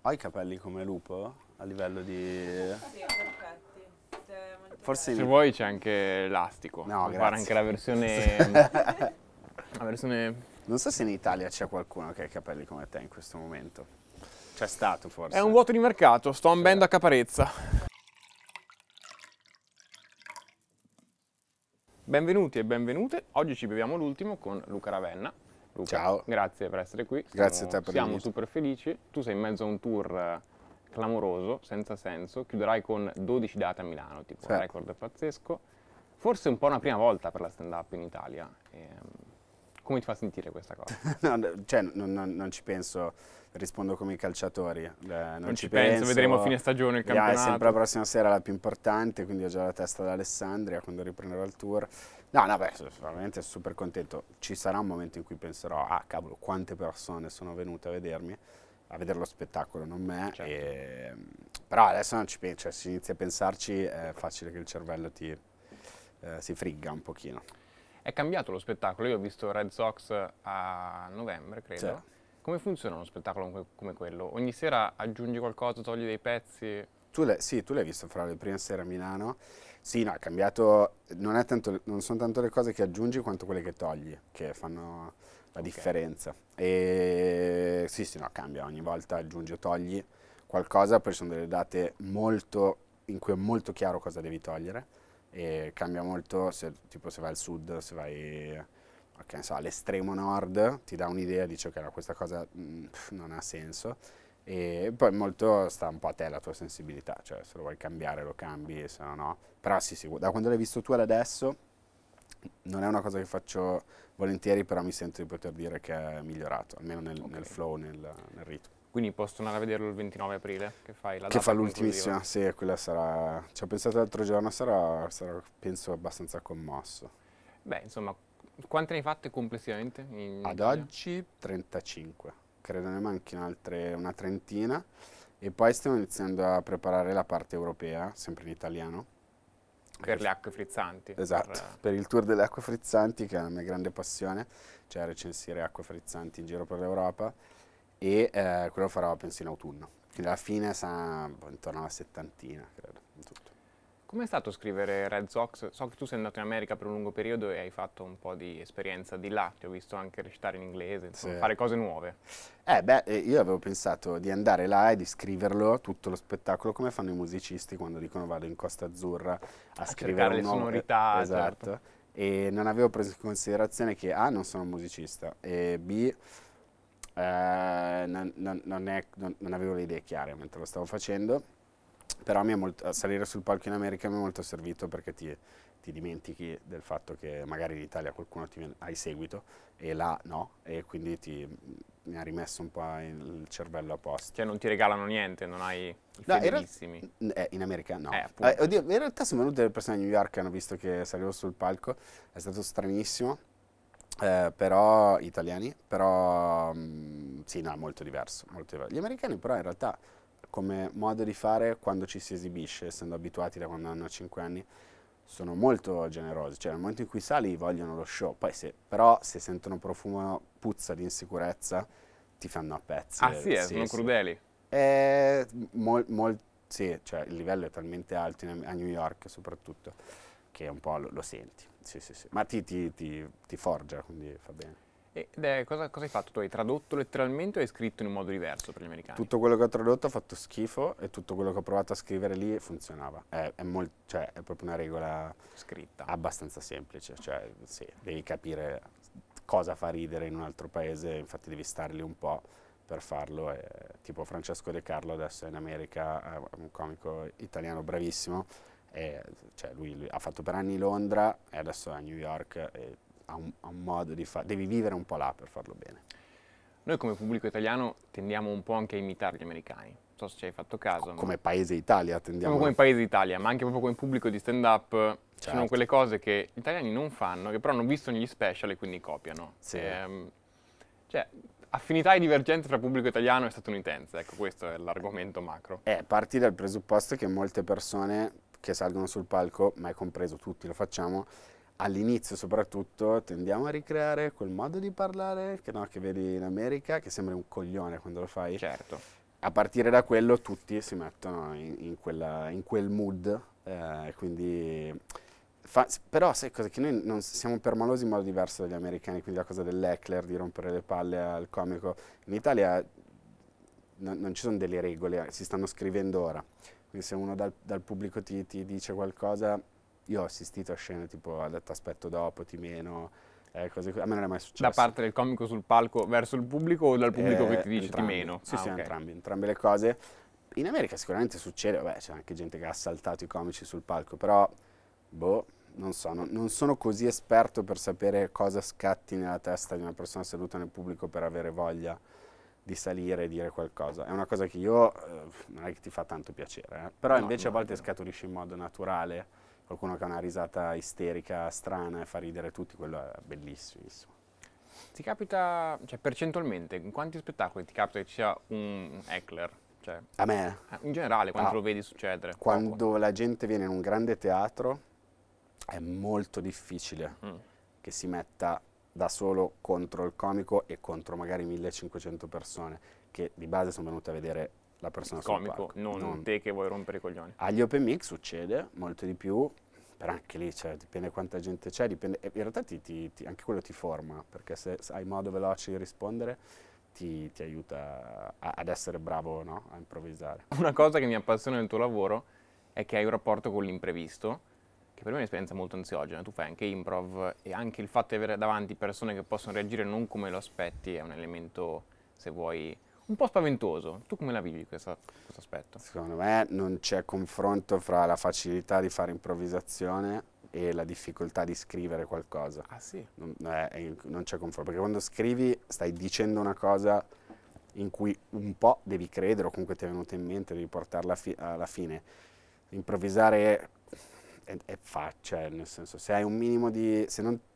Ho i capelli come Lupo a livello di... Sì, perfetti. Molto Forse belli. Se vuoi c'è anche elastico. No, Puoi fare grazie. anche la versione... Non so se in Italia c'è qualcuno che ha i capelli come te in questo momento. C'è stato forse. È un vuoto di mercato, sto ambendo a caparezza. Benvenuti e benvenute, oggi ci beviamo l'ultimo con Luca Ravenna. Luca, Ciao. grazie per essere qui. Grazie a te per Siamo l'invito. super felici. Tu sei in mezzo a un tour clamoroso, senza senso. Chiuderai con 12 date a Milano, tipo Sì. un record pazzesco. Forse un po' una prima volta per la stand-up in Italia. Come ti fa sentire questa cosa? No, cioè, non ci penso, rispondo come i calciatori. Non ci penso, vedremo a fine stagione il Vediamo, campionato. è sempre la prossima sera la più importante, quindi ho già la testa ad Alessandria quando riprenderò il tour. No, beh, veramente super contento. Ci sarà un momento in cui penserò, ah cavolo, quante persone sono venute a vedermi, a vedere lo spettacolo, non me. Certo. Però adesso non ci penso, cioè, se inizi a pensarci è facile che il cervello si frigga un pochino. È cambiato lo spettacolo, io ho visto Red Sox a novembre, credo. Sì. Come funziona uno spettacolo come quello? Ogni sera aggiungi qualcosa, togli dei pezzi? Sì, tu l'hai visto fra le prime sere a Milano. Sì, no, è cambiato, non sono tanto le cose che aggiungi quanto quelle che togli, che fanno la differenza. E sì, no, cambia, ogni volta aggiungi o togli qualcosa, poi ci sono delle date in cui è molto chiaro cosa devi togliere e cambia molto, tipo se vai al sud, se vai che ne so, all'estremo nord, ti dà un'idea, dice ok, questa cosa non ha senso. E poi molto sta un po' a te la tua sensibilità, cioè se lo vuoi cambiare lo cambi, se no no. Però sì, da quando l'hai visto tu ad adesso non è una cosa che faccio volentieri, però mi sento di poter dire che è migliorato, almeno nel flow, nel ritmo. Quindi posso andare a vederlo il 29 aprile, che fai la Che data fa l'ultimissima, conclusiva? sì, quella sarà, ci ho pensato l'altro giorno, sarà penso abbastanza commosso. Beh, insomma, quante ne hai fatte complessivamente in Ad Italia? oggi 35, credo ne manchino altre una trentina e poi stiamo iniziando a preparare la parte europea, sempre in italiano. Per le acque frizzanti. Esatto, per il tour delle acque frizzanti, che è la mia grande passione, cioè recensire acque frizzanti in giro per l'Europa, e quello lo farò penso in autunno, quindi alla fine sarà intorno alla settantina, credo, in tutto. Com'è stato scrivere Red Sox? So che tu sei andato in America per un lungo periodo e hai fatto un po' di esperienza di là, ti ho visto anche recitare in inglese, insomma, Sì. fare cose nuove. Io avevo pensato di andare là e di scriverlo, tutto lo spettacolo, come fanno i musicisti quando dicono vado in Costa Azzurra a scrivere cercare un le nuovo... sonorità, esatto. certo. E non avevo preso in considerazione che A, non sono un musicista, e B, non avevo le idee chiare mentre lo stavo facendo, però salire sul palco in America mi è molto servito perché ti dimentichi del fatto che magari in Italia qualcuno hai seguito e là no, e quindi mi ha rimesso un po' il cervello a posto. Cioè non ti regalano niente, non hai i No, fedelissimi. in America no. Appunto. Oddio, in realtà sono venute delle persone a New York che hanno visto che salivo sul palco, è stato stranissimo, però italiani, però sì, no, è molto diverso, molto diverso. Gli americani però in realtà come modo di fare quando ci si esibisce, essendo abituati da quando hanno 5 anni, sono molto generosi, cioè nel momento in cui sali vogliono lo show, poi però se sentono profumo, puzza di insicurezza, ti fanno a pezzi. Ah sì, sono crudeli. Sì, cioè il livello è talmente alto a New York soprattutto che un po' lo senti, sì. Ma ti forgia, quindi fa bene. Cosa hai fatto? Tu hai tradotto letteralmente o hai scritto in un modo diverso per gli americani? Tutto quello che ho tradotto ha fatto schifo e tutto quello che ho provato a scrivere lì funzionava. È proprio una regola Scritta. abbastanza semplice, cioè sì, devi capire cosa fa ridere in un altro paese, infatti devi stare lì un po' per farlo. Tipo Francesco De Carlo adesso è in America, è un comico italiano bravissimo, cioè lui ha fatto per anni Londra e adesso è a New York e ha un modo di fare, devi vivere un po' là per farlo bene. Noi come pubblico italiano tendiamo un po' anche a imitare gli americani. Non so se ci hai fatto caso. Come paese Italia tendiamo... Come paese Italia, ma anche proprio come pubblico di stand-up, ci sono Certo. quelle cose che gli italiani non fanno, che però hanno visto negli special e quindi copiano. Sì. Cioè, affinità e divergenze tra pubblico italiano e statunitense, ecco, questo è l'argomento macro. Parti dal presupposto che molte persone che salgono sul palco, mai compreso tutti lo facciamo, all'inizio soprattutto tendiamo a ricreare quel modo di parlare che vedi in America, che sembra un coglione quando lo fai. Certo. a partire da quello tutti si mettono in quel mood, quindi però sai cosa? Che noi non siamo permalosi in modo diverso dagli americani, quindi la cosa dell'heckler, di rompere le palle al comico. In Italia non ci sono delle regole, si stanno scrivendo ora. Quindi se uno dal pubblico ti dice qualcosa, io ho assistito a scene tipo ha detto aspetto dopo, ti meno, cose così. A me non è mai successo. Da parte del comico sul palco verso il pubblico o dal pubblico che ti dice Entrambi. ti meno? Sì, sì, ok. entrambe le cose. In America sicuramente succede, vabbè, c'è anche gente che ha assaltato i comici sul palco, però, boh, non so, non sono così esperto per sapere cosa scatti nella testa di una persona seduta nel pubblico per avere voglia di salire e dire qualcosa. È una cosa che io, non è che ti fa tanto piacere, però No, invece a volte immagino. scaturisce in modo naturale, qualcuno che ha una risata isterica, strana e fa ridere tutti, quello è bellissimissimo. Ti capita, cioè percentualmente, in quanti spettacoli ti capita che ci sia un heckler? Cioè, A me, in generale, quando Ah, lo vedi succedere? Poco. quando la gente viene in un grande teatro, è molto difficile Mm. che si metta da solo contro il comico e contro magari 1500 persone che di base sono venute a vedere la persona Il sul comico, palco. non te che vuoi rompere i coglioni. Agli open mic succede molto di più, però anche lì cioè, dipende quanta gente c'è, dipende, e in realtà anche quello ti forma, perché se hai modo veloce di rispondere ti aiuta ad essere bravo, no? A improvvisare. Una cosa che mi appassiona del tuo lavoro è che hai un rapporto con l'imprevisto, che per me è un'esperienza molto ansiogena. Tu fai anche improv e anche il fatto di avere davanti persone che possono reagire non come lo aspetti è un elemento, se vuoi, un po' spaventoso. Tu come la vivi questo aspetto? Secondo me non c'è confronto fra la facilità di fare improvvisazione e la difficoltà di scrivere qualcosa. Ah sì? Non c'è confronto, perché quando scrivi stai dicendo una cosa in cui un po' devi credere o comunque ti è venuta in mente, devi portarla alla fine. Improvvisare è facile, nel senso, se hai un minimo di...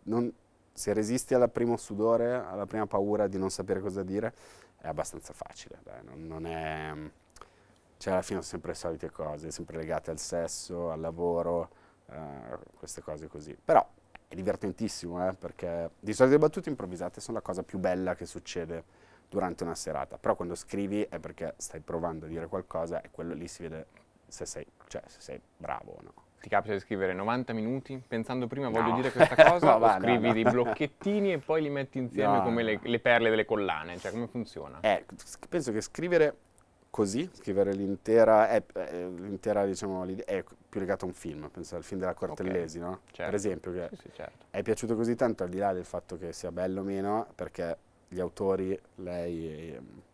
se resisti al primo sudore, alla prima paura di non sapere cosa dire, è abbastanza facile, dai, non è... Cioè alla fine sono sempre le solite cose, sempre legate al sesso, al lavoro, queste cose così. Però è divertentissimo, perché di solito le battute improvvisate sono la cosa più bella che succede durante una serata. Però quando scrivi è perché stai provando a dire qualcosa e quello lì si vede se sei bravo o no. Ti capita di scrivere 90 minuti pensando prima No. voglio dire questa cosa No, va, o scrivi no. dei blocchettini e poi li metti insieme No, come no. le perle delle collane? Cioè come funziona? Penso che scrivere così, scrivere l'intera, diciamo, è più legato a un film, penso al film della Cortellesi, no? Certo. Per esempio, che Sì, certo. è piaciuto così tanto al di là del fatto che sia bello o meno, perché gli autori, lei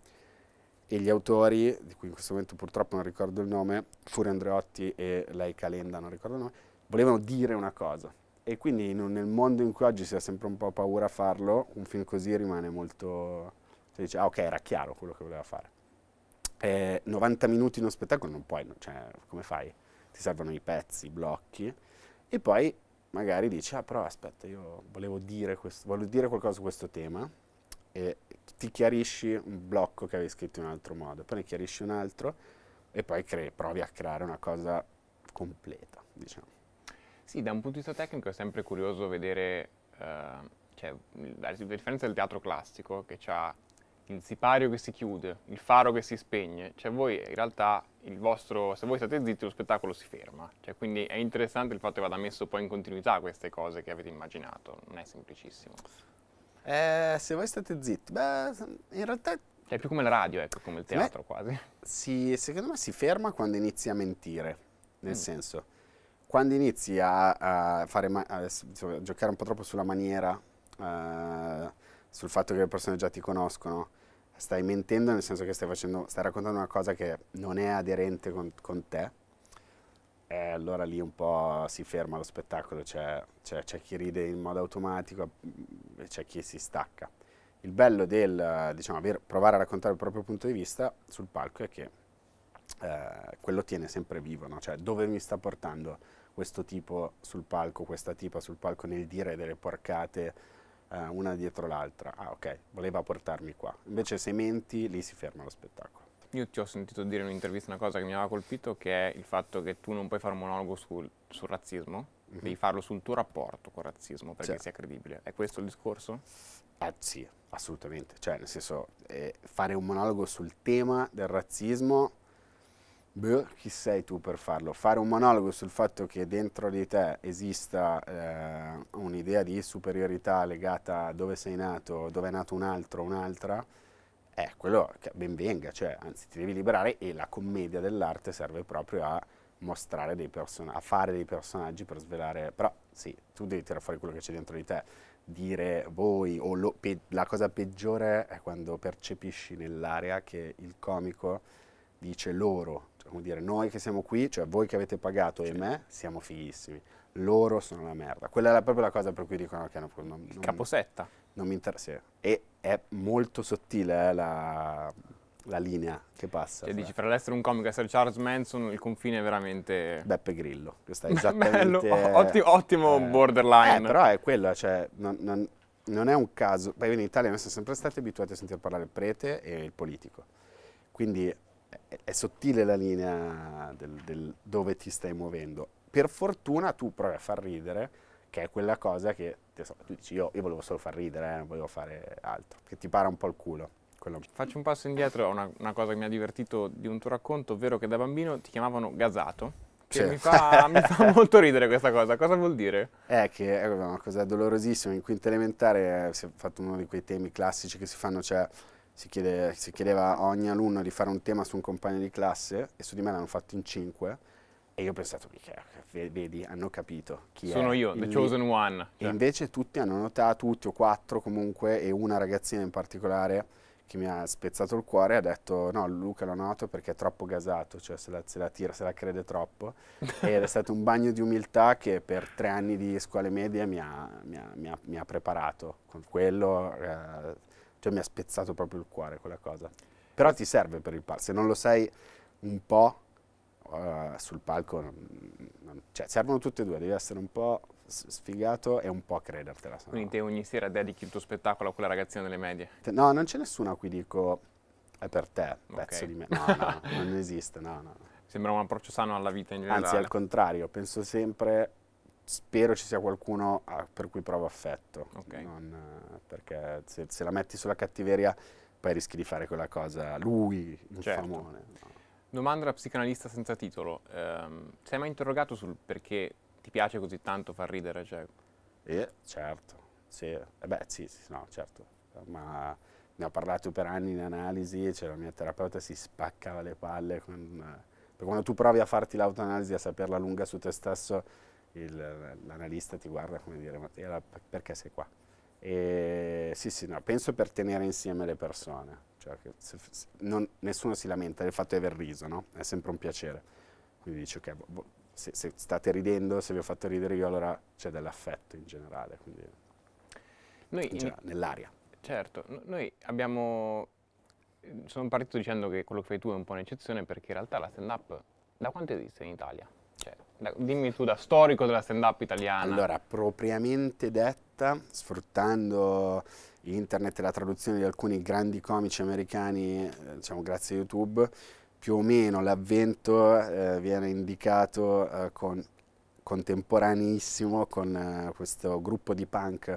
e gli autori, di cui in questo momento purtroppo non ricordo il nome, Furio Andreotti e lei Calenda, non ricordo il nome, volevano dire una cosa. E quindi nel mondo in cui oggi si ha sempre un po' paura a farlo, un film così rimane molto... Si dice, ah ok, era chiaro quello che voleva fare. 90 minuti in uno spettacolo non puoi, cioè, come fai? Ti servono i pezzi, i blocchi, e poi magari dici, ah però aspetta, io volevo dire qualcosa su questo tema, e ti chiarisci un blocco che avevi scritto in un altro modo, poi ne chiarisci un altro, e poi provi a creare una cosa completa, diciamo. Sì, da un punto di vista tecnico è sempre curioso vedere cioè, la differenza del teatro classico, che ha il sipario che si chiude, il faro che si spegne. Cioè voi in realtà, se voi state zitti lo spettacolo si ferma. Cioè, quindi è interessante il fatto che vada messo poi in continuità queste cose che avete immaginato, non è semplicissimo. Se voi state zitti, beh, in realtà Cioè è più come la radio, ecco, come il teatro quasi. secondo me si ferma quando inizi a mentire, nel senso, quando inizi a giocare un po' troppo sulla maniera, sul fatto che le persone già ti conoscono, stai mentendo nel senso che stai raccontando una cosa che non è aderente con te, e allora lì un po' si ferma lo spettacolo, c'è chi ride in modo automatico e c'è chi si stacca. Il bello del, diciamo, provare a raccontare il proprio punto di vista sul palco è che quello tiene sempre vivo, no? Cioè dove mi sta portando questo tipo sul palco, questa tipa sul palco nel dire delle porcate una dietro l'altra. Ah ok, voleva portarmi qua. Invece se menti, lì si ferma lo spettacolo. Io ti ho sentito dire in un'intervista una cosa che mi aveva colpito, che è il fatto che tu non puoi fare un monologo sul razzismo, devi farlo sul tuo rapporto col razzismo perché Certo. sia credibile. È questo il discorso? Sì, assolutamente. Cioè, nel senso, fare un monologo sul tema del razzismo, boh, chi sei tu per farlo? Fare un monologo sul fatto che dentro di te esista un'idea di superiorità legata a dove sei nato, dove è nato un altro, un'altra, quello che ben venga, cioè, anzi ti devi liberare e la commedia dell'arte serve proprio a mostrare dei personaggi, a fare dei personaggi per svelare, però sì, tu devi tirare fuori quello che c'è dentro di te, dire voi, o la cosa peggiore è quando percepisci nell'area che il comico dice loro, cioè, come dire, noi che siamo qui, cioè voi che avete pagato e me, siamo fighissimi, loro sono la merda. Quella è proprio la cosa per cui dicono che Caposetta. non mi interessa. E è molto sottile la linea che passa. Cioè, dici, fra l'essere un comico e essere Charles Manson, il confine è veramente... Beppe Grillo, questa è Bello, esattamente... ottimo borderline. Però è quello, cioè, non è un caso. Poi in Italia noi siamo sempre stati abituati a sentire parlare il prete e il politico. Quindi è sottile la linea del dove ti stai muovendo. Per fortuna tu provi a far ridere, che è quella cosa che tu dici io volevo solo far ridere, non volevo fare altro, che ti para un po' il culo. Faccio un passo indietro a una cosa che mi ha divertito di un tuo racconto, ovvero che da bambino ti chiamavano gasato, che Sì. mi fa molto ridere questa cosa. Cosa vuol dire? Che è una cosa dolorosissima. In quinta elementare si è fatto uno di quei temi classici che si fanno, cioè si chiedeva a ogni alunno di fare un tema su un compagno di classe e su di me l'hanno fatto in 5 e io ho pensato, vedi, hanno capito chi Sono è. io, the chosen one. E Cioè. invece tutti hanno notato, tutti o 4 comunque, e una ragazzina in particolare che mi ha spezzato il cuore ha detto no, Luca lo noto perché è troppo gasato, cioè se la tira, se la crede troppo. Ed è stato un bagno di umiltà che per 3 anni di scuole medie mi ha preparato con quello, cioè mi ha spezzato proprio il cuore quella cosa. Però ti serve per il palco, se non lo sei un po' sul palco, cioè servono tutte e due, devi essere un po' sfigato e un po' credertela. Quindi te ogni sera dedichi il tuo spettacolo a quella ragazzina delle medie? No, non c'è nessuno a cui dico è per te, Ok. pezzo di me. No, non esiste, no. Sembra un approccio sano alla vita in generale. Anzi, al contrario, penso sempre, spero ci sia qualcuno per cui provo affetto. Ok. Perché se la metti sulla cattiveria, poi rischi di fare quella cosa, lui, infamone. Certo. Domanda da psicanalista senza titolo. Sei mai interrogato sul perché ti piace così tanto far ridere? Cioè, Certo, sì, sì, no, certo, ma ne ho parlato per anni in analisi, cioè la mia terapeuta si spaccava le palle, perché quando tu provi a farti l'autoanalisi, a saperla lunga su te stesso, l'analista ti guarda come dire, ma perché sei qua? E sì, no, penso per tenere insieme le persone, cioè che nessuno si lamenta del fatto di aver riso, no? È sempre un piacere, quindi dici ok, se state ridendo, se vi ho fatto ridere io, allora c'è dell'affetto in generale, quindi nell'aria. Certo, noi abbiamo... Sono partito dicendo che quello che fai tu è un po' un'eccezione perché in realtà la stand-up da quanto esiste in Italia? Cioè, dimmi tu da storico della stand-up italiana. Allora, propriamente detta, sfruttando internet e la traduzione di alcuni grandi comici americani, diciamo grazie a YouTube, più o meno l'avvento viene indicato contemporaneissimo con questo gruppo di punk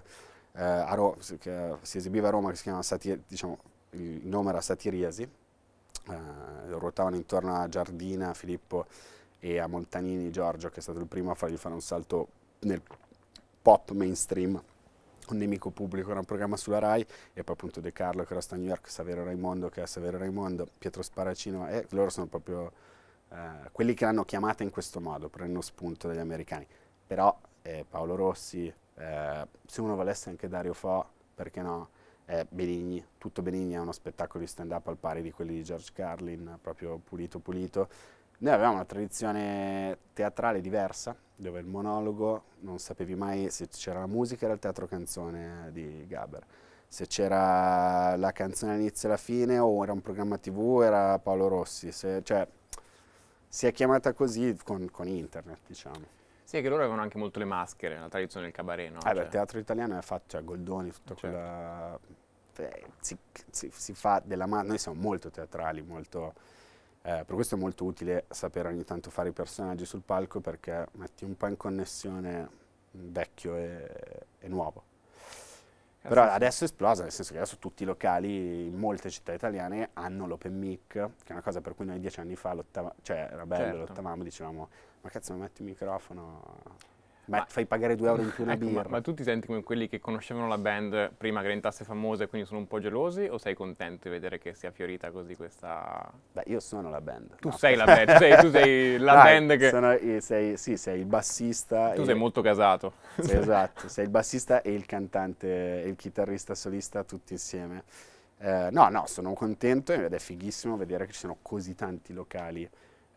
che si esibiva a Roma, che si chiama diciamo, il nome era Satiriasi, ruotavano intorno a Giardina, Filippo e a Montanini Giorgio, che è stato il primo a fargli fare un salto nel pop mainstream, Un nemico pubblico era un programma sulla Rai, e poi appunto De Carlo che era sta a New York, Saverio Raimondo che è Saverio Raimondo, Pietro Sparacino, e loro sono proprio quelli che l'hanno chiamata in questo modo, prendendo spunto dagli americani. Però Paolo Rossi, se uno volesse anche Dario Fo, perché no, Benigni, tutto Benigni è uno spettacolo di stand-up al pari di quelli di George Carlin, proprio pulito pulito. Noi avevamo una tradizione teatrale diversa, dove il monologo non sapevi mai se c'era la musica, era il teatro canzone di Gaber, se c'era la canzone all'inizio e alla fine o era un programma TV era Paolo Rossi, cioè si è chiamata così con internet, diciamo. Sì, è che loro avevano anche molto le maschere, la tradizione del cabaret, no? Il teatro italiano è fatto, cioè Goldoni, tutta quella... si fa della mano, noi siamo molto teatrali, molto... Per questo è molto utile sapere ogni tanto fare i personaggi sul palco, perché metti un po' in connessione vecchio e nuovo. Però Sì, sì. adesso è esplosa, nel senso che adesso tutti i locali in molte città italiane hanno l'open mic, che è una cosa per cui noi 10 anni fa lottavamo, cioè era bello, Certo. lottavamo, dicevamo, ma cazzo, mi metti il microfono, Ma- fai pagare 2 euro in più una Ecco, birra. ma tu ti senti come quelli che conoscevano la band prima che diventasse famosa e quindi sono un po' gelosi, o sei contento di vedere che sia fiorita così questa... Beh, io sono la band. Tu No, sei la band, tu sei la dai, band che... sei il bassista. Tu sei molto casato. Sì, esatto, sei il bassista e il cantante e il chitarrista solista tutti insieme. No, sono contento ed è fighissimo vedere che ci sono così tanti locali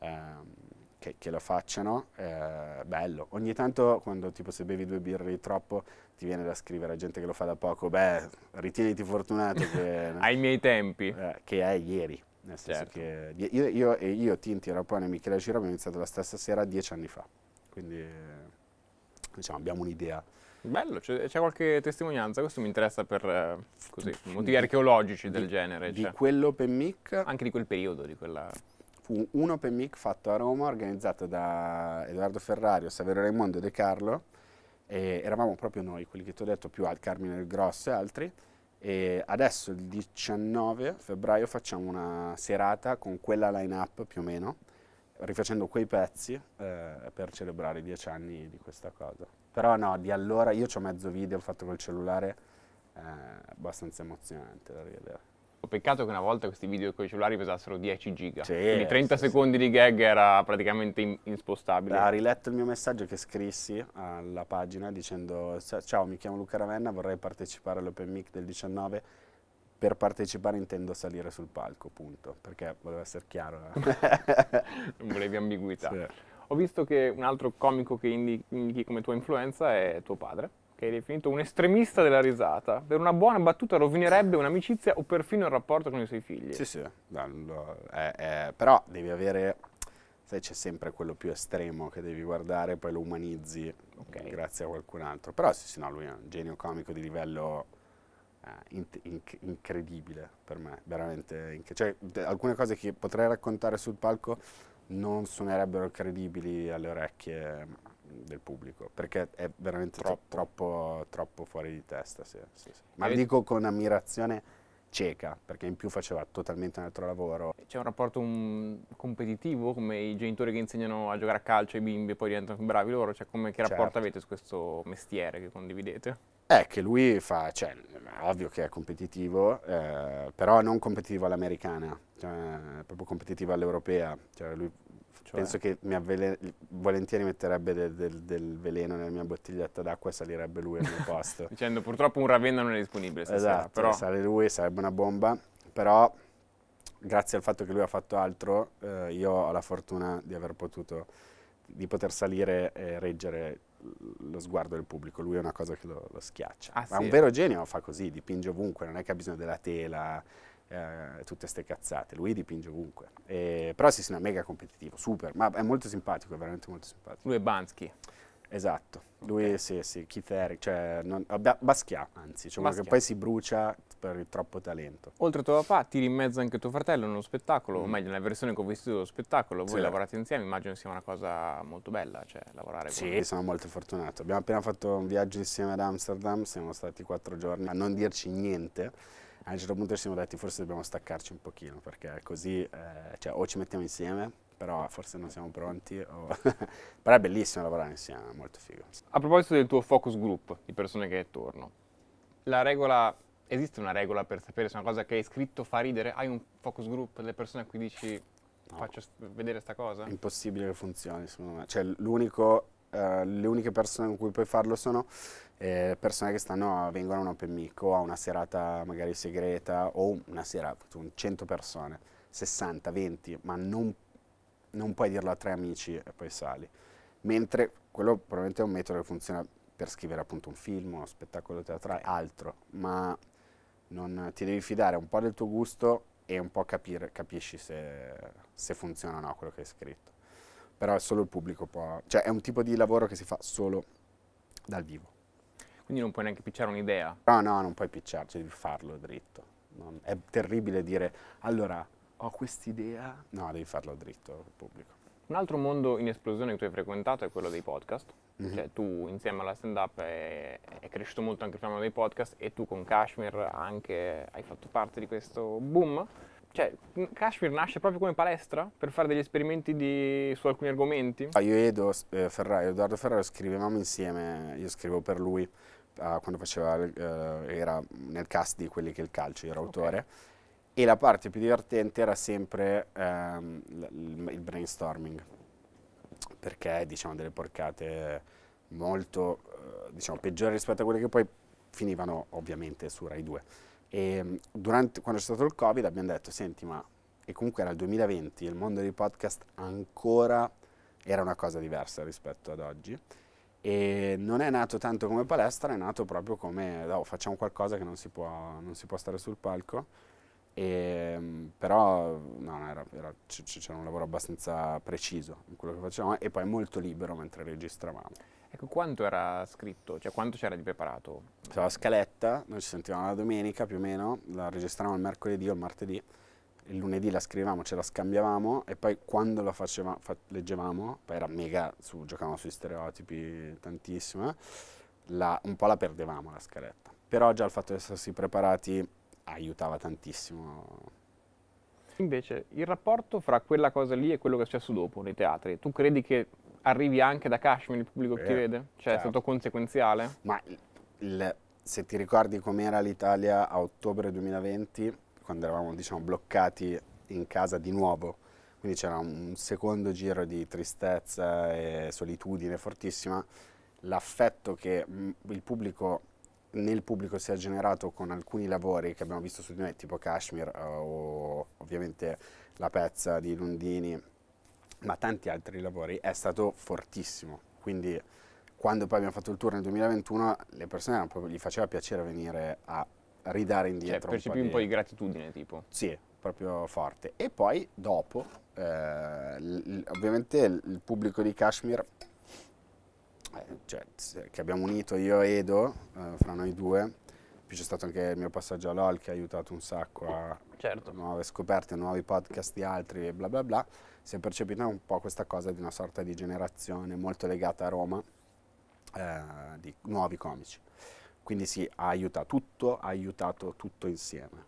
che lo facciano. Bello. Ogni tanto, quando tipo se bevi 2 birre di troppo, ti viene da scrivere a gente che lo fa da poco, beh, ritieniti fortunato che, Ai miei tempi. che è ieri. Nel senso Certo. che io, Tinti, Rapone e Michele Ciro abbiamo iniziato la stessa sera 10 anni fa. Quindi, diciamo, abbiamo un'idea. Bello, c'è qualche testimonianza? Questo mi interessa per così, motivi archeologici del Di- genere, Di cioè, quell'open mic, anche di quel periodo, di quella... fu un open mic fatto a Roma, organizzato da Edoardo Ferrario, Saverio Raimondo e De Carlo, e eravamo proprio noi, quelli che ti ho detto, più al Carmine del Grosso e altri, e adesso il 19 febbraio facciamo una serata con quella line-up più o meno, rifacendo quei pezzi per celebrare i 10 anni di questa cosa. Però no, di allora io ho mezzo video fatto col cellulare, abbastanza emozionante da rivedere. Peccato che una volta questi video con i cellulari pesassero 10 giga, Sì, quindi 30 sì, secondi di gag era praticamente inspostabile. Ha riletto il mio messaggio che scrissi alla pagina dicendo: ciao, mi chiamo Luca Ravenna, vorrei partecipare all'Open Mic del 19. Per partecipare intendo salire sul palco, punto, perché voleva essere chiaro. Non volevi ambiguità. Sì. Ho visto che un altro comico che indichi come tua influenza è tuo padre, che hai definito un estremista della risata. Per una buona battuta rovinerebbe un'amicizia o perfino il rapporto con i suoi figli. Sì, sì, però devi avere, sai, c'è sempre quello più estremo che devi guardare, poi lo umanizzi grazie a qualcun altro. Però sì, no, lui è un genio comico di livello incredibile per me, veramente. Cioè, alcune cose che potrei raccontare sul palco non suonerebbero credibili alle orecchie del pubblico, perché è veramente troppo fuori di testa. Sì. Ma lo dico con ammirazione cieca, perché in più faceva totalmente un altro lavoro. C'è un rapporto competitivo, come i genitori che insegnano a giocare a calcio ai bimbi e poi diventano bravi loro, cioè che rapporto Certo. avete su questo mestiere che condividete? Che lui fa, cioè, ovvio che è competitivo, però non competitivo all'americana, cioè, è proprio competitivo all'europea. Cioè, lui penso che volentieri metterebbe del veleno nella mia bottiglietta d'acqua e salirebbe lui al mio posto. Dicendo purtroppo un Ravenna non è disponibile stasera, Esatto, però... sale lui, sarebbe una bomba, però grazie al fatto che lui ha fatto altro, io ho la fortuna di poter salire e reggere lo sguardo del pubblico. Lui è una cosa che lo schiaccia. Ah, Ma sì? un vero genio fa così, dipinge ovunque, non è che ha bisogno della tela, tutte ste cazzate. Lui dipinge ovunque. Però sì, è mega competitivo, super, ma è molto simpatico, è veramente molto simpatico. Lui è Bansky. Esatto, lui sì, Keith Haring, cioè Basquiat, anzi, cioè Basquiat. che poi si brucia per il troppo talento. Oltre a tuo papà, tiri in mezzo anche tuo fratello nello spettacolo, o meglio, nella versione che ho visto dello spettacolo. Voi Sì. lavorate insieme, immagino sia una cosa molto bella, cioè lavorare Sì, sono molto fortunato. Abbiamo appena fatto un viaggio insieme ad Amsterdam, siamo stati 4 giorni a non dirci niente. A un certo punto ci siamo detti forse dobbiamo staccarci un pochino, perché così cioè, o ci mettiamo insieme, però forse non siamo pronti, però è bellissimo lavorare insieme, è molto figo. A proposito del tuo focus group, di persone che torno, esiste una regola per sapere se una cosa che hai scritto fa ridere? Hai un focus group delle persone a cui dici faccio vedere sta cosa? È impossibile che funzioni, secondo me. Cioè, le uniche persone con cui puoi farlo sono persone che vengono a un open mic o a una serata magari segreta o una sera con 100 persone, 60, 20, ma non puoi dirlo a 3 amici e poi sali. Mentre quello probabilmente è un metodo che funziona per scrivere appunto un film, uno spettacolo teatrale, altro, ma ti devi fidare un po' del tuo gusto e un po' capisci se funziona o no quello che hai scritto. Però è solo il pubblico cioè è un tipo di lavoro che si fa solo dal vivo. Quindi non puoi neanche picciare un'idea. No, non puoi picciarci, devi farlo dritto. È terribile dire, allora, ho quest'idea. No, devi farlo dritto al pubblico. Un altro mondo in esplosione che tu hai frequentato è quello dei podcast. Mhm. Cioè tu insieme alla stand-up è cresciuto molto anche il fenomeno dei podcast e tu con Kashmir anche hai fatto parte di questo boom. Cioè Kashmir nasce proprio come palestra per fare degli esperimenti su alcuni argomenti. Io e Edoardo Ferraio scrivevamo insieme, io scrivevo per lui quando faceva, era nel cast di Quelli che il calcio, io ero autore, e la parte più divertente era sempre il brainstorming, perché diciamo delle porcate molto diciamo peggiori rispetto a quelle che poi finivano ovviamente su Rai 2. E quando c'è stato il Covid abbiamo detto, senti, ma e comunque era il 2020, il mondo dei podcast ancora era una cosa diversa rispetto ad oggi, e non è nato tanto come palestra, è nato proprio come facciamo qualcosa che non si può stare sul palco, però no, c'era un lavoro abbastanza preciso in quello che facevamo e poi molto libero mentre registravamo. Ecco, quanto era scritto? Cioè quanto c'era di preparato? C'era la scaletta, noi ci sentivamo la domenica più o meno, la registravamo il mercoledì o il martedì, il lunedì la scrivevamo, ce la scambiavamo e poi quando la leggevamo, poi era mega, giocavamo sui stereotipi tantissimo, un po' la perdevamo la scaletta. Però già il fatto di essersi preparati aiutava tantissimo. Invece, il rapporto fra quella cosa lì e quello che è successo dopo nei teatri, tu credi che arrivi anche da Kashmir il pubblico che ti vede? Cioè è stato conseguenziale? Ma se ti ricordi com'era l'Italia a ottobre 2020, quando eravamo diciamo bloccati in casa di nuovo, quindi c'era un secondo giro di tristezza e solitudine fortissima, l'affetto che nel pubblico si è generato con alcuni lavori che abbiamo visto su di noi, tipo Kashmir o ovviamente La Pezza di Lundini, ma tanti altri lavori, è stato fortissimo. Quindi quando poi abbiamo fatto il tour nel 2021, le persone gli faceva piacere venire a ridare indietro. Cioè percepivi un po' di gratitudine tipo? Sì, proprio forte. E poi dopo, ovviamente il pubblico di Kashmir, cioè, che abbiamo unito io e Edo, fra noi due, poi c'è stato anche il mio passaggio a LOL che ha aiutato un sacco a nuove scoperte, nuovi podcast di altri e bla bla bla, si è percepita un po' questa cosa di una sorta di generazione molto legata a Roma, di nuovi comici. Quindi sì, ha aiutato tutto insieme.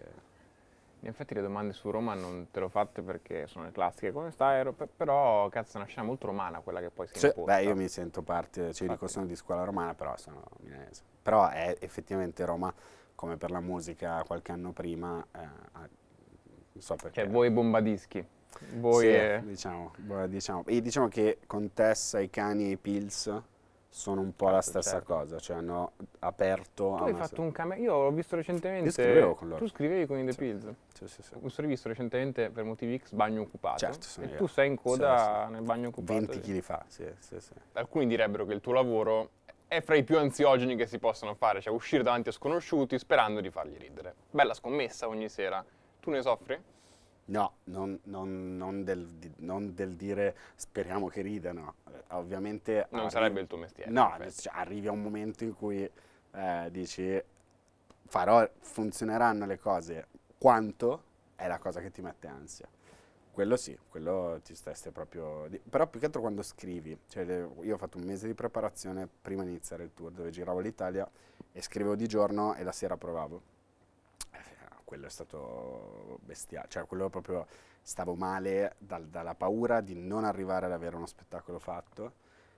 In effetti le domande su Roma non te le ho fatte perché sono le classiche, come stai? Però cazzo è una scena molto romana quella che poi si è imposta. Beh, io mi sento parte, cioè dico sono di scuola romana, però sono milanese. Però è effettivamente Roma, come per la musica qualche anno prima, non so perché. Cioè voi bombadischi. Voi sì, diciamo. E diciamo che Contessa, i cani e i Pills sono un po' la stessa cosa, cioè hanno aperto. Tu hai fatto un cameo, io l'ho visto recentemente. Io scrivevo con loro. Tu scrivevi con i The Pills. Sì. Ho rivisto recentemente per motivi X Bagno Occupato. Certo, e tu sei in coda nel Bagno Occupato. 20 kg fa, sì. Alcuni direbbero che il tuo lavoro è fra i più ansiogeni che si possono fare, cioè uscire davanti a sconosciuti sperando di fargli ridere. Bella scommessa ogni sera. Tu ne soffri? No, non del dire speriamo che ridano. Ovviamente non sarebbe il tuo mestiere. No, cioè, arrivi a un momento in cui dici funzioneranno le cose, quanto è la cosa che ti mette ansia. Quello sì, quello ti stesse proprio. Però più che altro quando scrivi, cioè io ho fatto un mese di preparazione prima di iniziare il tour dove giravo l'Italia e scrivevo di giorno e la sera provavo. Quello è stato bestiale, cioè quello proprio stavo male dalla paura di non arrivare ad avere uno spettacolo fatto.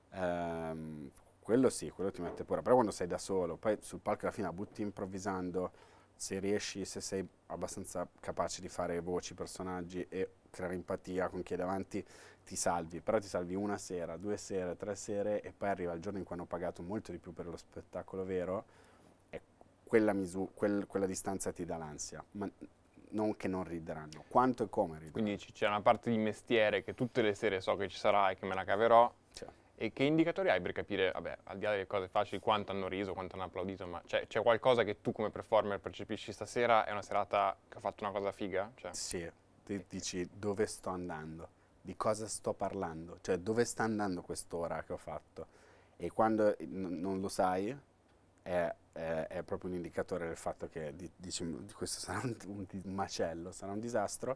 Quello sì, quello ti mette paura, però quando sei da solo, poi sul palco alla fine la butti improvvisando, se sei abbastanza capace di fare voci, personaggi e creare empatia con chi è davanti, ti salvi, però ti salvi una sera, 2 sere, 3 sere e poi arriva il giorno in cui hanno pagato molto di più per lo spettacolo vero. Quella distanza ti dà l'ansia, ma non che non rideranno, quanto e come rideranno. Quindi c'è una parte di mestiere che tutte le sere so che ci sarà e che me la caverò. Cioè. E che indicatori hai per capire, vabbè, al di là delle cose facili, quanto hanno riso, quanto hanno applaudito, ma c'è qualcosa che tu come performer percepisci stasera? È una serata che ho fatto una cosa figa? Cioè. Sì, ti dici dove sto andando, di cosa sto parlando, cioè dove sta andando quest'ora che ho fatto. E quando non lo sai, è proprio un indicatore del fatto che dici, di questo sarà un macello, sarà un disastro.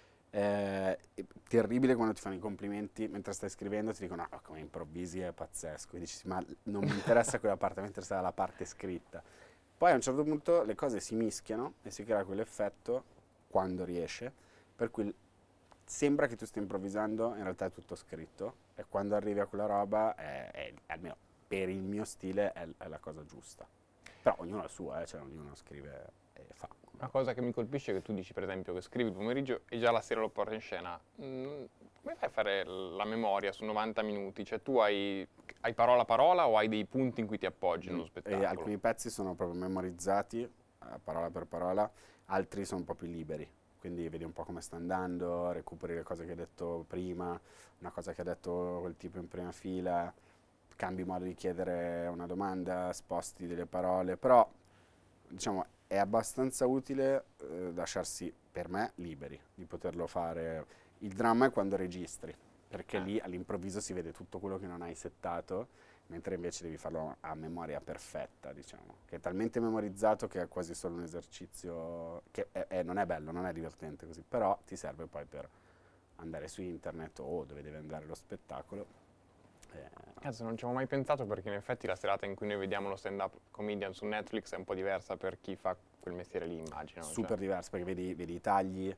È terribile quando ti fanno i complimenti mentre stai scrivendo, ti dicono no, come improvvisi è pazzesco, e dici sì, ma non mi interessa quella parte, mi interessa la parte scritta. Poi a un certo punto le cose si mischiano e si crea quell'effetto, quando riesce, per cui sembra che tu stia improvvisando, in realtà è tutto scritto, e quando arrivi a quella roba, almeno per il mio stile, è la cosa giusta. Però ognuno ha il suo, cioè ognuno scrive e fa. Una cosa che mi colpisce è che tu dici, per esempio, che scrivi il pomeriggio e già la sera lo porti in scena. Come fai a fare la memoria su 90 minuti? Cioè tu hai parola a parola o hai dei punti in cui ti appoggi nello E spettacolo? alcuni pezzi sono proprio memorizzati, parola per parola, altri sono un po' più liberi. Quindi vedi un po' come sta andando, recuperi le cose che hai detto prima, una cosa che ha detto quel tipo in prima fila, cambi modo di chiedere una domanda, sposti delle parole, però diciamo è abbastanza utile lasciarsi, per me, liberi di poterlo fare. Il dramma è quando registri, perché lì all'improvviso si vede tutto quello che non hai settato, mentre invece devi farlo a memoria perfetta, diciamo, che è talmente memorizzato che è quasi solo un esercizio che non è bello, non è divertente così, però ti serve poi per andare su internet o dove deve andare lo spettacolo. Cazzo, non ci avevo mai pensato perché in effetti la serata in cui noi vediamo lo stand-up comedian su Netflix è un po' diversa per chi fa quel mestiere lì, immagino. Super diverso, perché vedi i tagli.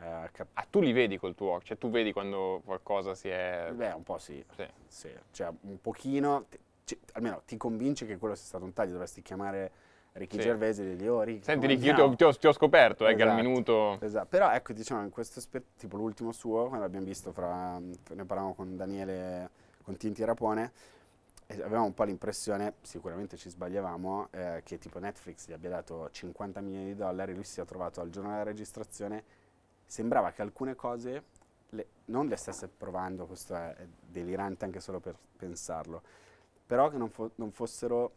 Tu li vedi col tuo occhio, cioè tu vedi quando qualcosa si è... Beh, un po' sì. Sì. Sì. Cioè un pochino, almeno ti convinci che quello sia stato un taglio, dovresti chiamare Ricky Sì. Gervais e dirgli, oh Ricky, Senti come Ricky, io andiamo?" ti ho scoperto che al Esatto, minuto... esatto. Però ecco, diciamo, in questo tipo l'ultimo suo, quando l'abbiamo visto ne parlavamo con Daniele, con Tinti Rapone, e avevamo un po' l'impressione, sicuramente ci sbagliavamo, che tipo Netflix gli abbia dato 50 milioni di dollari, lui si sia trovato al giorno della registrazione, sembrava che alcune cose non le stesse provando, questo è delirante anche solo per pensarlo, però che non fossero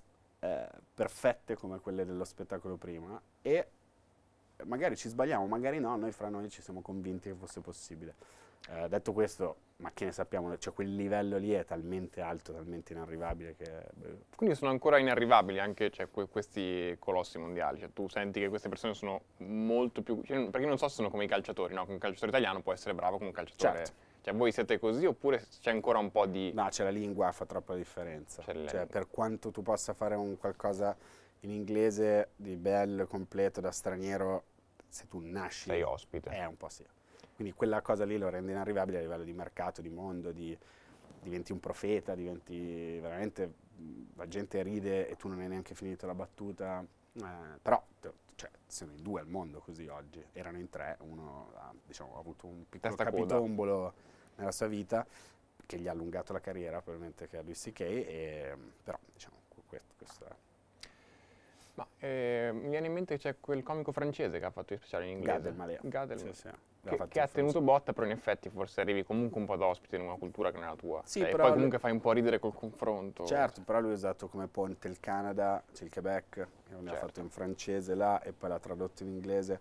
perfette come quelle dello spettacolo prima, e magari ci sbagliamo, magari no, noi fra noi ci siamo convinti che fosse possibile. Detto questo, ma che ne sappiamo, cioè quel livello lì è talmente alto, talmente inarrivabile che... Quindi sono ancora inarrivabili anche cioè, questi colossi mondiali, cioè tu senti che queste persone sono molto più... Cioè, perché non so se sono come i calciatori, no? Un calciatore italiano può essere bravo come un calciatore... Certo. Cioè voi siete così oppure c'è ancora un po' di... No, c'è la lingua, fa troppa differenza. Cioè, per quanto tu possa fare un qualcosa in inglese di bello, completo, da straniero, se tu nasci... Sei ospite. È un po' sì. Quindi quella cosa lì lo rende inarrivabile a livello di mercato, di mondo, diventi un profeta, diventi veramente... La gente ride e tu non hai neanche finito la battuta. Però, cioè, sono in 2 al mondo così oggi. Erano in 3, uno diciamo, ha avuto un piccolo Testa coda. capitombolo nella sua vita, che gli ha allungato la carriera, probabilmente, che a Louis C.K., però diciamo questo è. Ma mi viene in mente che c'è quel comico francese che ha fatto il speciale in inglese. Gad Elmaleh. Gad Sì, Elmaleh. sì. Che ha tenuto botta, però in effetti forse arrivi comunque un po' da ospite in una cultura che non è la tua. Sì, Cioè, e però poi comunque fai un po' ridere col confronto. Certo, però lui ha usato come ponte il Canada, c'è il Quebec, che l'ha Certo. fatto in francese là e poi l'ha tradotto in inglese.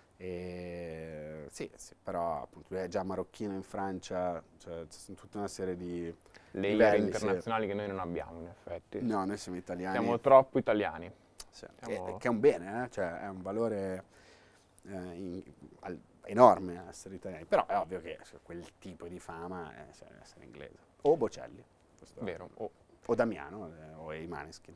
Sì, però appunto lui è già marocchino in Francia, cioè ci sono tutta una serie di Layer livelli, internazionali che noi non abbiamo in effetti. No, noi siamo italiani. Siamo troppo italiani. Sì. Siamo- Che è un bene, cioè è un valore enorme essere italiani, però è ovvio che quel tipo di fama deve essere inglese. O Bocelli, questo è. Vero. O Damiano, o i Maneskin.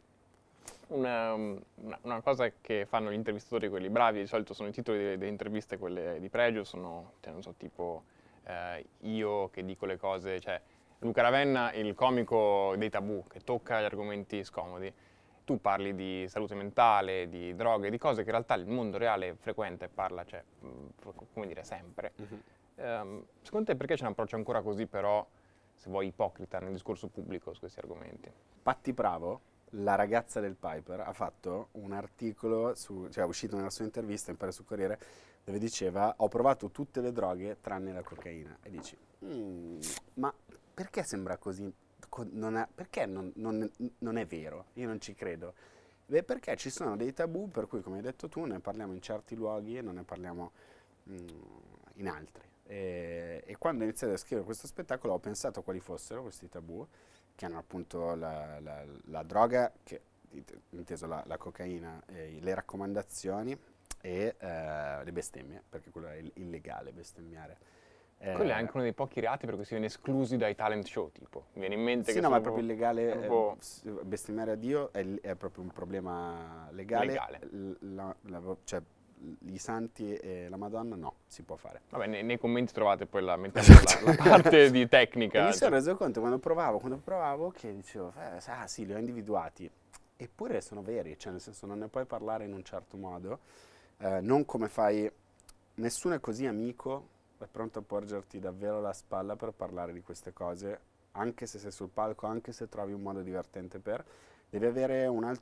Una cosa che fanno gli intervistatori, quelli bravi, di solito sono i titoli delle interviste, quelle di pregio, sono, cioè, non so, tipo io che dico le cose, cioè Luca Ravenna, il comico dei tabù, che tocca gli argomenti scomodi. Tu parli di salute mentale, di droghe, di cose che in realtà il mondo reale frequenta e parla, cioè, come dire, sempre. Secondo te perché c'è un approccio ancora così, però, se vuoi, ipocrita nel discorso pubblico su questi argomenti? Patti Bravo, la ragazza del Piper, ha fatto un articolo, cioè è uscito nella sua intervista, mi pare su Corriere, dove diceva ho provato tutte le droghe tranne la cocaina. E dici, ma perché sembra così? Perché non è vero? Io non ci credo. Beh, perché ci sono dei tabù per cui, come hai detto tu, ne parliamo in certi luoghi e non ne parliamo in altri. E quando ho iniziato a scrivere questo spettacolo ho pensato a quali fossero questi tabù, che hanno appunto la droga, che inteso la cocaina, le raccomandazioni e le bestemmie, perché quello è illegale bestemmiare. Quello è anche uno dei pochi reati per cui si viene esclusi dai talent show, tipo. Mi viene in mente Sì, che no, ma è sono proprio illegale. proprio Bestemmiare a Dio è proprio un problema legale. legale. Cioè, i santi e la Madonna no, si può fare. Vabbè, nei commenti trovate poi la parte di E tecnica. mi sono reso conto quando provavo che dicevo, sì, li ho individuati. Eppure sono veri, cioè nel senso non ne puoi parlare in un certo modo, non come fai, nessuno è così amico, è pronto a porgerti davvero la spalla per parlare di queste cose, anche se sei sul palco, anche se trovi un modo divertente devi avere una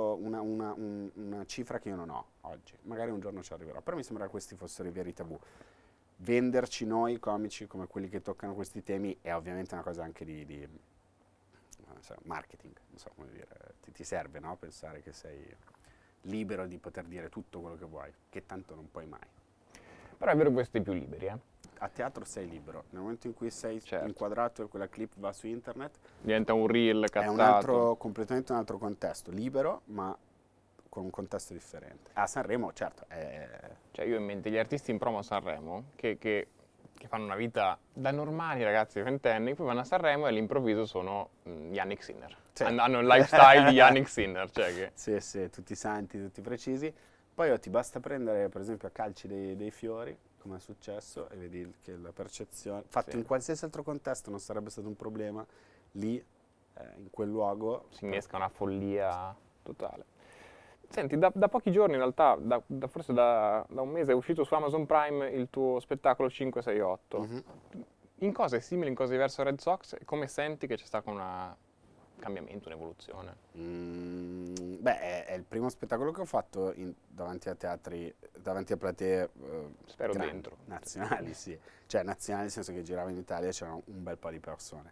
cifra che io non ho oggi, magari un giorno ci arriverò, però mi sembra che questi fossero i veri tabù. Venderci noi comici come quelli che toccano questi temi è ovviamente una cosa anche di non so, marketing, non so come dire, ti serve, no? Pensare che sei libero di poter dire tutto quello che vuoi, che tanto non puoi mai. Però è vero che voi siete più liberi, eh? A teatro sei libero, nel momento in cui sei Certo. inquadrato e quella clip va su internet, Diventa un reel è cattato. completamente un altro contesto, libero ma con un contesto differente. A Sanremo, certo, Cioè io ho in mente gli artisti in promo a Sanremo che fanno una vita da normali ragazzi ventenni, poi vanno a Sanremo e all'improvviso sono Yannick Sinner. Sì. Hanno il lifestyle di Yannick Sinner, cioè che... Sì, tutti santi, tutti precisi. Poi ti basta prendere per esempio a calci dei fiori, come è successo, e vedi che la percezione, fatto Sì. in qualsiasi altro contesto non sarebbe stato un problema, lì, in quel luogo... Si innesca una follia totale. Senti, da pochi giorni in realtà, forse da un mese è uscito su Amazon Prime il tuo spettacolo 568. Mhm. In cosa è simile, in cosa è diverso a Red Sox? E come senti che c'è stato un cambiamento, un'evoluzione? Beh, è il primo spettacolo che ho fatto davanti a teatri, davanti a platee Spero grandi, dentro. nazionali, sì. Cioè nazionali nel senso che giravo in Italia e c'erano un bel po' di persone.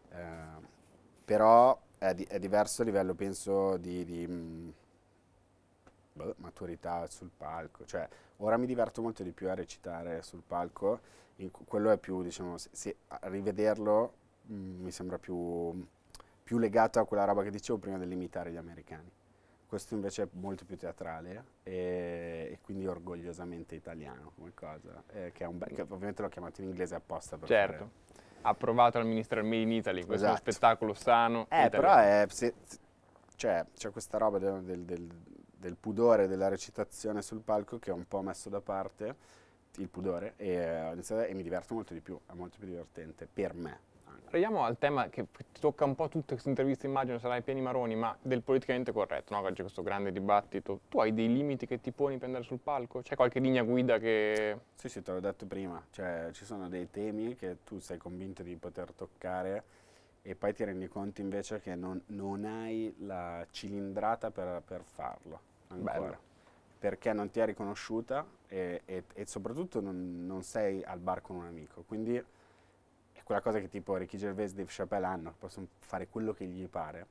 Però è diverso a livello, penso, di maturità sul palco. Cioè, ora mi diverto molto di più a recitare sul palco, quello è più, diciamo, a rivederlo mi sembra più legato a quella roba che dicevo prima dell'imitare gli americani. Questo invece è molto più teatrale e quindi orgogliosamente italiano come cosa, che ovviamente l'ho chiamato in inglese apposta per Certo, approvato dal Ministero del Made in Italy, questo è uno Esatto. spettacolo sano però cioè, c'è questa roba del pudore della recitazione sul palco che ho un po' messo da parte, il pudore, e mi diverto molto di più, è molto più divertente per me. Arriviamo al tema che ti tocca un po' tutte queste interviste, immagino sarai pieni maroni, ma del politicamente corretto, no? Oggi questo grande dibattito. Tu hai dei limiti che ti poni per andare sul palco? C'è qualche linea guida che... Sì, te l'ho detto prima, cioè ci sono dei temi che tu sei convinto di poter toccare e poi ti rendi conto invece che non hai la cilindrata per farlo ancora. Bello. Perché non ti è riconosciuta e soprattutto non sei al bar con un amico, quindi è quella cosa che tipo Ricky Gervais e Dave Chappelle hanno, possono fare quello che gli pare,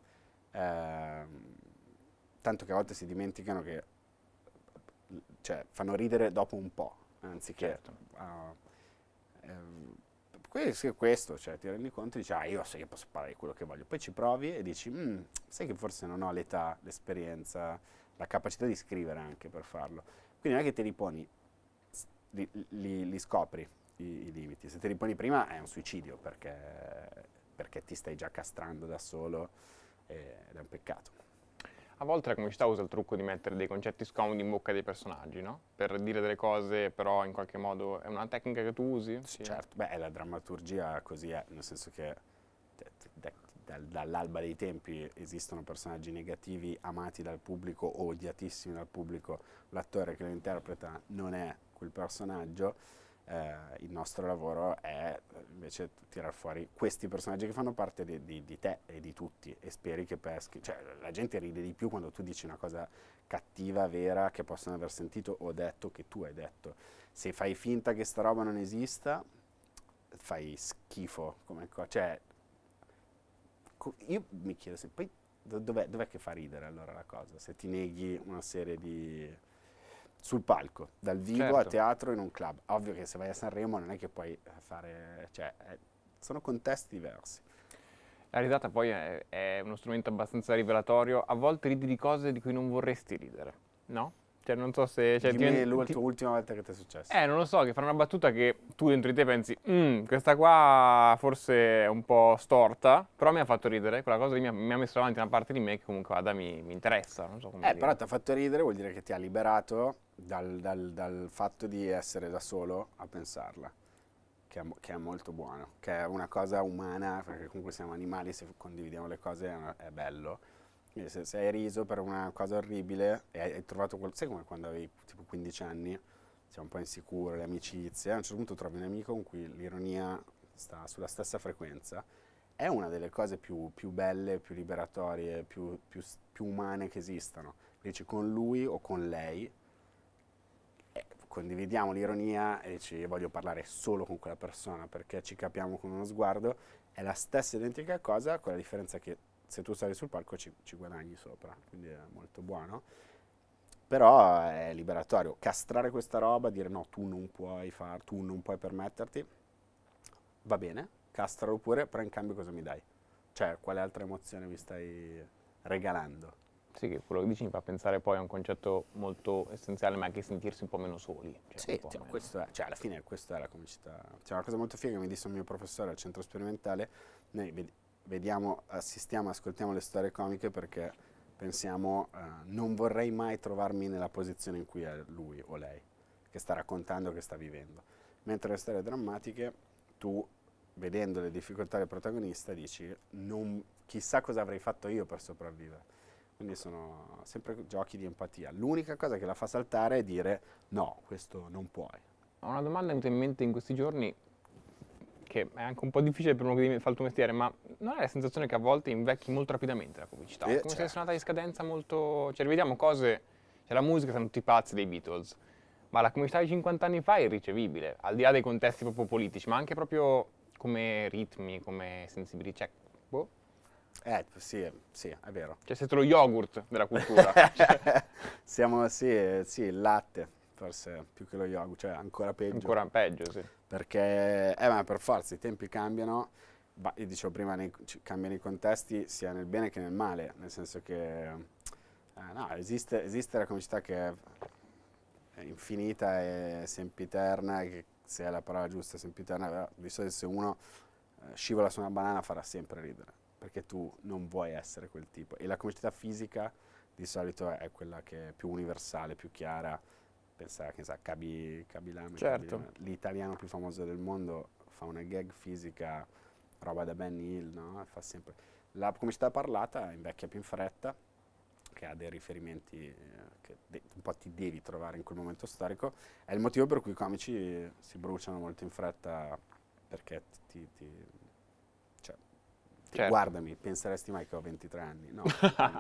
tanto che a volte si dimenticano che cioè, fanno ridere dopo un po', anziché... Certo. Questo, cioè ti rendi conto e dici, io so che posso parlare di quello che voglio, poi ci provi e dici, sai che forse non ho l'età, l'esperienza, la capacità di scrivere anche per farlo. Quindi non è che te li poni, li scopri i limiti, se te li poni prima è un suicidio perché ti stai già castrando da solo ed è un peccato. A volte la comicità usa il trucco di mettere dei concetti scomodi in bocca dei personaggi, no? Per dire delle cose, però in qualche modo è una tecnica che tu usi? Sì. Certo, beh, la drammaturgia così è, nel senso che dall'alba dei tempi esistono personaggi negativi amati dal pubblico o odiatissimi dal pubblico, l'attore che lo interpreta non è quel personaggio, il nostro lavoro è invece tirar fuori questi personaggi che fanno parte di te e di tutti e speri che peschi, cioè la gente ride di più quando tu dici una cosa cattiva, vera, che possono aver sentito o detto che tu hai detto. Se fai finta che sta roba non esista, fai schifo come cosa, cioè io mi chiedo se poi dov'è che fa ridere allora la cosa, se ti neghi una serie di... sul palco, dal vivo a Certo. teatro in un club. Ovvio che se vai a Sanremo non è che puoi fare, cioè sono contesti diversi. La risata poi è uno strumento abbastanza rivelatorio, a volte ridi di cose di cui non vorresti ridere, no? Cioè non so se... Cioè, Dimmi l'ultima volta che ti è successo. Non lo so, che fanno una battuta che tu dentro di te pensi, questa qua forse è un po' storta, però mi ha fatto ridere, quella cosa lì mi ha messo davanti una parte di me che comunque mi interessa, non so come dire. Però ti ha fatto ridere, vuol dire che ti ha liberato dal fatto di essere da solo a pensarla, che è molto buono, che è una cosa umana, perché comunque siamo animali, se condividiamo le cose è bello. Quindi se hai riso per una cosa orribile e hai trovato sai come quando avevi tipo 15 anni, sei un po' insicuro, le amicizie, a un certo punto trovi un amico con cui l'ironia sta sulla stessa frequenza, è una delle cose più belle, più liberatorie, più umane che esistano. Dici con lui o con lei, condividiamo l'ironia e dici voglio parlare solo con quella persona perché ci capiamo con uno sguardo, è la stessa identica cosa, con la differenza che se tu sali sul palco ci guadagni sopra, quindi è molto buono. Però è liberatorio. Castrare questa roba, dire no, tu non puoi tu non puoi permetterti, va bene, castralo pure, però in cambio cosa mi dai? Cioè, quale altra emozione mi stai regalando? Sì, che quello che dici mi fa pensare poi a un concetto molto essenziale, ma anche sentirsi un po' meno soli. Cioè, Sì, un po' cioè, meno- questo è, cioè, alla fine questa è la comicità. C'è una cosa molto figa che mi disse un mio professore al centro sperimentale, noi vediamo, assistiamo, ascoltiamo le storie comiche perché pensiamo non vorrei mai trovarmi nella posizione in cui è lui o lei, che sta raccontando, che sta vivendo. Mentre le storie drammatiche, tu vedendo le difficoltà del protagonista dici chissà cosa avrei fatto io per sopravvivere. Quindi sono sempre giochi di empatia. L'unica cosa che la fa saltare è dire no, questo non puoi. Ho una domanda in mente in questi giorni, che è anche un po' difficile per uno che fa il tuo mestiere, ma non hai la sensazione che a volte invecchi molto rapidamente la comicità? Come se Certo. sia andata in scadenza molto... Cioè, rivediamo cose... Cioè, la musica sono tutti pazzi dei Beatles, ma la comicità di 50 anni fa è irricevibile, al di là dei contesti proprio politici, ma anche proprio come ritmi, come sensibilità. Cioè, boh. Sì, sì, è vero. Cioè, siete lo yogurt della cultura. Cioè, Siamo, sì, il latte, forse più che lo yogurt, cioè ancora peggio. ancora peggio, sì. Perché, ma per forza, i tempi cambiano, io dicevo prima, cambiano i contesti sia nel bene che nel male, nel senso che, no, esiste la comicità che è infinita e sempiterna, che se è la parola giusta, sempiterna, di solito se uno scivola su una banana farà sempre ridere, perché tu non vuoi essere quel tipo. E la comicità fisica di solito è quella che è più universale, più chiara. Pensare che sa, Kabilame, Certo. l'italiano più famoso del mondo, fa una gag fisica, roba da Ben Hill, no? Fa sempre. La comicità parlata invecchia più in fretta, che ha dei riferimenti che un po' ti devi trovare in quel momento storico, è il motivo per cui i comici si bruciano molto in fretta, perché cioè, Certo. guardami, penseresti mai che ho 23 anni? No.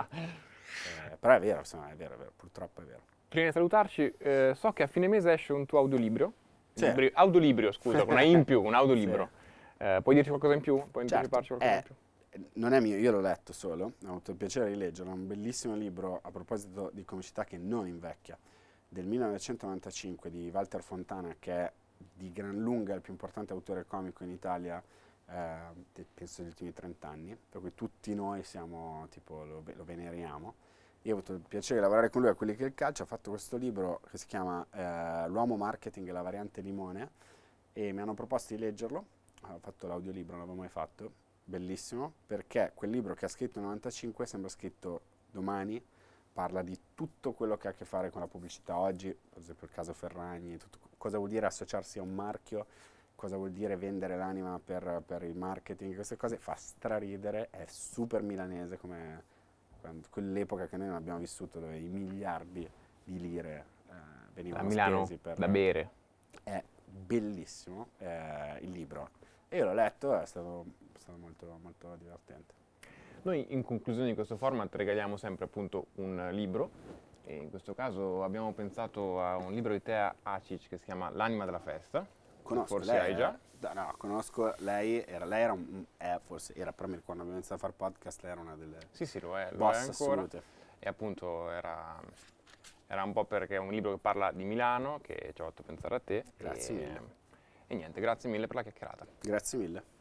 Però è vero, insomma, è vero, purtroppo è vero. Prima di salutarci, so che a fine mese esce un tuo audiolibro. Sì. Audiolibrio, scusa, con una I in più, un audiolibro. Sì. Puoi dirci qualcosa in più? Puoi Certo, anticiparci qualcosa in più? non è mio, io l'ho letto solo, ho avuto il piacere di leggerlo, è un bellissimo libro a proposito di comicità che non invecchia, del 1995 di Walter Fontana, che è di gran lunga il più importante autore comico in Italia, penso degli ultimi 30 anni, per cui tutti noi siamo, tipo, lo veneriamo. Io ho avuto il piacere di lavorare con lui a Quelli che il calcio, ha fatto questo libro che si chiama L'uomo marketing e la variante limone, e mi hanno proposto di leggerlo, ho fatto l'audiolibro, non l'avevo mai fatto, bellissimo, perché quel libro che ha scritto nel 95 sembra scritto domani, parla di tutto quello che ha a che fare con la pubblicità oggi, per esempio il caso Ferragni, cosa vuol dire associarsi a un marchio, cosa vuol dire vendere l'anima per il marketing, queste cose, fa straridere, è super milanese come quell'epoca che noi non abbiamo vissuto, dove i miliardi di lire venivano A Milano, spesi per... da bere. È bellissimo il libro, e io l'ho letto, è stato molto, molto divertente. Noi in conclusione di questo format regaliamo sempre appunto un libro, e in questo caso abbiamo pensato a un libro di Tea Acic che si chiama L'anima della festa. Conosco Forse lei, hai già. no, conosco lei, forse era, per me quando abbiamo iniziato a fare podcast, lei era una delle Sì, lo è boss ancora. assolute. E appunto era un po' perché è un libro che parla di Milano, che ci ha fatto pensare a te. Grazie mille. E niente, grazie mille per la chiacchierata. Grazie mille.